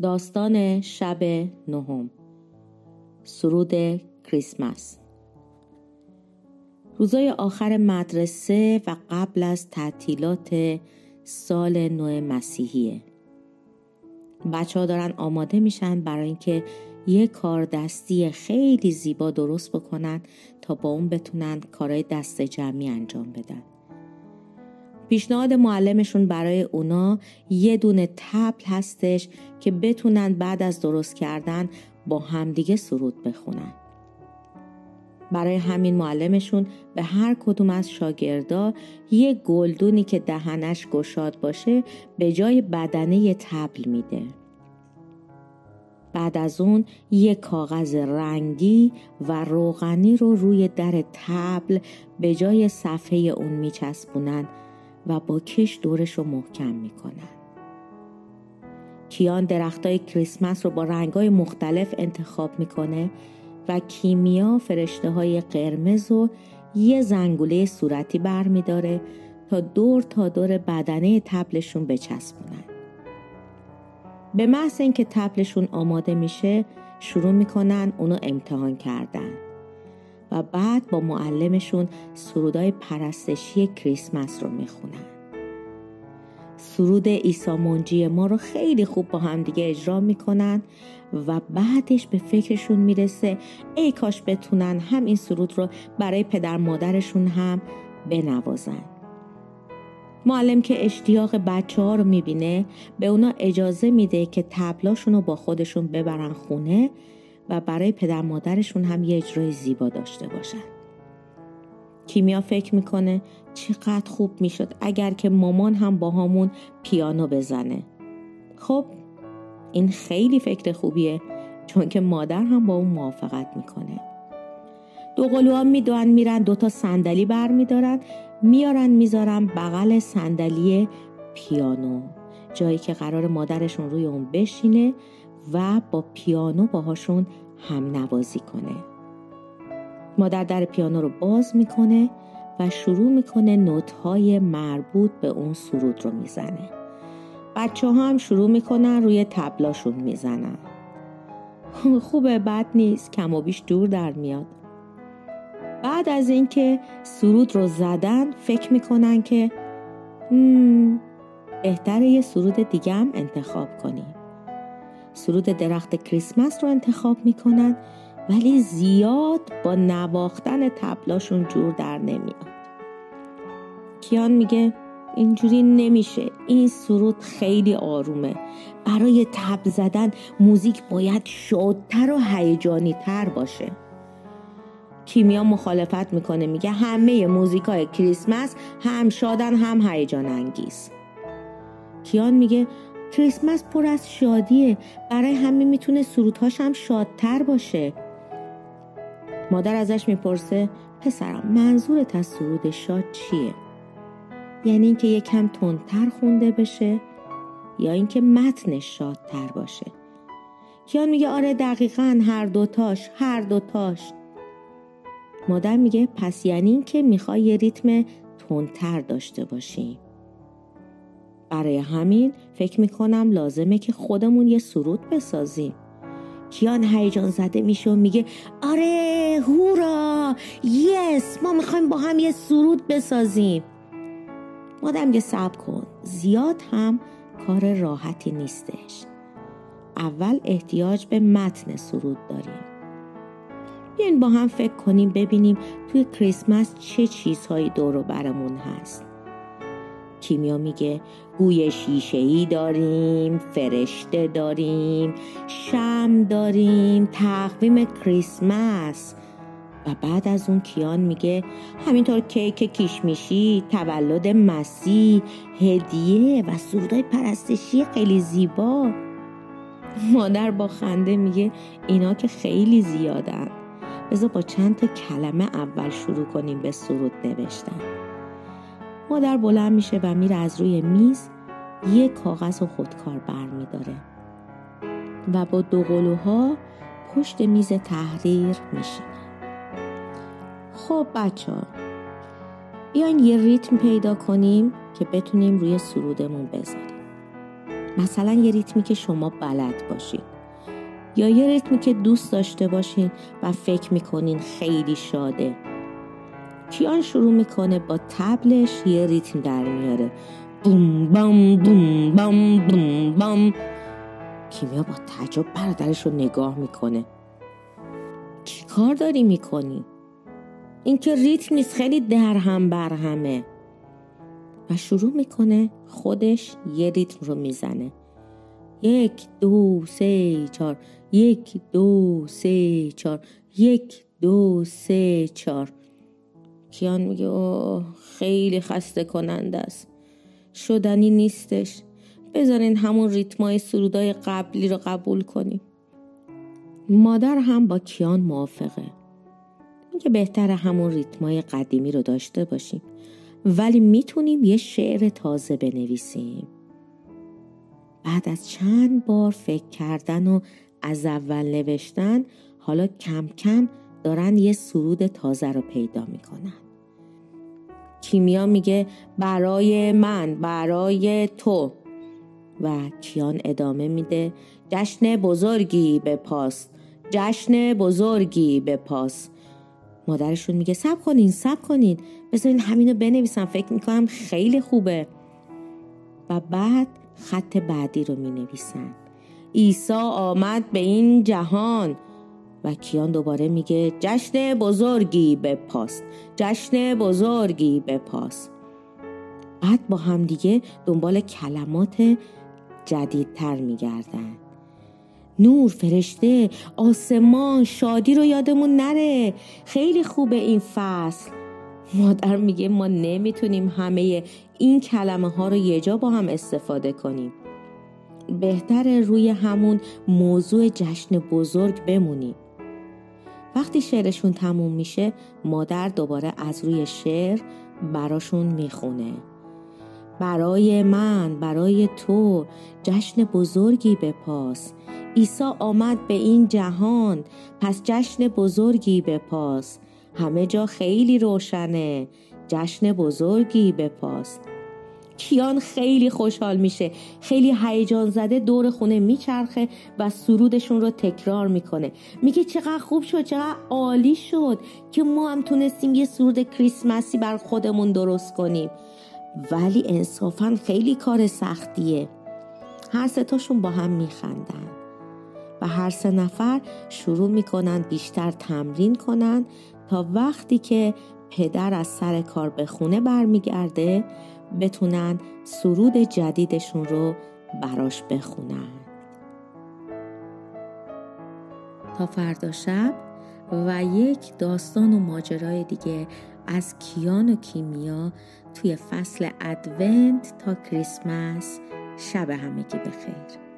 داستان شب نهم، سرود کریسمس. روزای آخر مدرسه و قبل از تعطیلات سال نو مسیحیه. بچه‌ها دارن آماده میشن برای اینکه یه کار دستی خیلی زیبا درست بکنن تا با اون بتونن کارهای دست جمعی انجام بدن. پیشنهاد معلمشون برای اونا یه دونه طبل هستش که بتونن بعد از درست کردن با همدیگه سرود بخونن. برای همین معلمشون به هر کدوم از شاگردا یه گلدونی که دهنش گشاد باشه به جای بدنه طبل میده. بعد از اون یه کاغذ رنگی و روغنی رو روی در طبل به جای صفحه اون میچسبونن و با کش دورش رو محکم میکنن. کیان درختای کریسمس رو با رنگای مختلف انتخاب میکنه و کیمیا فرشته های قرمز و یه زنگوله صورتی برمیداره تا دور بدنه طبلشون بچسبونن. به محض اینکه طبلشون آماده میشه شروع میکنن اونو امتحان کردن و بعد با معلمشون سرودای پرستشی کریسمس رو میخونن. سرود عیسی منجی ما رو خیلی خوب با هم دیگه اجرا میکنن و بعدش به فکرشون میرسه ای کاش بتونن هم این سرود رو برای پدر مادرشون هم بنوازن. معلم که اشتیاق بچه ها رو میبینه به اونا اجازه میده که طبلاشون رو با خودشون ببرن خونه و برای پدر مادرشون هم یه اجرای زیبا داشته باشن. کیمیا فکر میکنه چقدر خوب میشد اگر که مامان هم با همون پیانو بزنه. خب این خیلی فکر خوبیه چون که مادر هم با اون موافقت میکنه. دو قلوها میدوان میرن 2 صندلی بر میدارن میارن میذارن بغل صندلی پیانو، جایی که قرار مادرشون روی اون بشینه و با پیانو باهاشون هم نوازی کنه. مادر در پیانو رو باز میکنه و شروع میکنه نوت‌های مربوط به اون سرود رو میزنه. بچه‌ها هم شروع میکنن روی طبلاشون میزنن. خوبه، بد نیست، کم و بیش دور در میاد. بعد از اینکه سرود رو زدن فکر میکنن که بهتره یه سرود دیگه هم انتخاب کنیم. سرود درخت کریسمس رو انتخاب میکنن ولی زیاد با نواختن طبلاشون جور در نمیاد. کیان میگه اینجوری نمیشه، این سرود خیلی آرومه، برای طبل زدن موزیک باید شادتر و هیجانی تر باشه. کیمیا مخالفت میکنه، میگه همه موزیکای کریسمس هم شادن هم هیجان انگیز. کیان میگه کریسمس پر از شادیه، برای همین میتونه سرودهاش هم شادتر باشه. مادر ازش میپرسه پسرم منظورت از سرود شاد چیه؟ یعنی اینکه یکم تندتر خونده بشه یا اینکه متنش شادتر باشه؟ کیان میگه آره دقیقاً هر دوتاش. مادر میگه پس یعنی اینکه میخوای یه ریتم تندتر داشته باشی. برای همین فکر میکنم لازمه که خودمون یه سرود بسازیم. کیان هیجان زده میشه و میگه آره هورا یس، ما میخوایم با هم یه سرود بسازیم. مادر میگه صبر کن، زیاد هم کار راحتی نیستش. اول احتیاج به متن سرود داریم. بیاین با هم فکر کنیم ببینیم توی کریسمس چه چیزهایی دور و برمون هست. کیمیا میگه گوی شیشه‌ای داریم، فرشته داریم، شمع داریم، تقویم کریسمس. و بعد از اون کیان میگه همینطور کیک کیشمیشی، تولد مسیح، هدیه و سرودای پرستشی خیلی زیبا. مادر با خنده میگه اینا که خیلی زیادن، بذار با چند تا کلمه اول شروع کنیم به سرود نوشتن. مادر بلند میشه و میره از روی میز یه کاغذ و خودکار برمیداره و با 2 قلوها پشت میز تحریر میشینه. خب بچه‌ها بیاین یه ریتم پیدا کنیم که بتونیم روی سرودمون بذاریم. مثلا یه ریتمی که شما بلد باشین یا یه ریتمی که دوست داشته باشین و فکر میکنین خیلی شاده. کیان شروع میکنه با طبلش یه ریتم در میاره، بوم بام بوم بام بوم بام. کیمیا با تعجب برادرش رو نگاه میکنه. چی کار داری میکنی؟ این که ریتم نیست، خیلی درهم برهمه. و شروع میکنه خودش یه ریتم رو میزنه، 1 2 3 4، 1 2 3 4، 1 2 3 4. کیان میگه اوه خیلی خسته کننده است، شدنی نیستش، بذارین همون ریتمای سرودای قبلی رو قبول کنیم. مادر هم با کیان موافقه، میگه بهتره همون ریتمای قدیمی رو داشته باشیم، ولی میتونیم یه شعر تازه بنویسیم. بعد از چند بار فکر کردن و از اول نوشتن، حالا کم کم دارن یه سرود تازه رو پیدا میکنن. کیمیا میگه برای من، برای تو، و کیان ادامه میده جشن بزرگی بپاس، جشن بزرگی بپاس. مادرشون میگه صبر کنین بذارین همینو بنویسم، فکر میکنم خیلی خوبه. و بعد خط بعدی رو مینویسن، عیسی آمد به این جهان. و کیان دوباره میگه جشن بزرگی بپاس، جشن بزرگی بپاس. بعد با هم دیگه دنبال کلمات جدیدتر میگردن. نور، فرشته، آسمان، شادی رو یادمون نره، خیلی خوبه این فصل. مادر میگه ما نمیتونیم همه این کلمه ها رو یه جا با هم استفاده کنیم، بهتره روی همون موضوع جشن بزرگ بمونیم. وقتی شعرشون تموم میشه، مادر دوباره از روی شعر براشون میخونه، برای من، برای تو، جشن بزرگی بپاس، عیسی آمد به این جهان، پس جشن بزرگی بپاس، همه جا خیلی روشنه، جشن بزرگی بپاس. کیان خیلی خوشحال میشه، خیلی هیجان زده دور خونه میچرخه و سرودشون رو تکرار میکنه. میگه چقدر خوب شد، چقدر عالی شد که ما هم تونستیم یه سرود کریسمسی بر خودمون درست کنیم، ولی انصافاً خیلی کار سختیه. هر سه تاشون با هم میخندن و هر سه نفر شروع میکنن بیشتر تمرین کنن تا وقتی که پدر از سر کار به خونه برمیگرده بتونن سرود جدیدشون رو براش بخونن. تا فردا شب و یک داستان و ماجرای دیگه از کیان و کیمیا توی فصل ادونت تا کریسمس. شب همگی بخیر.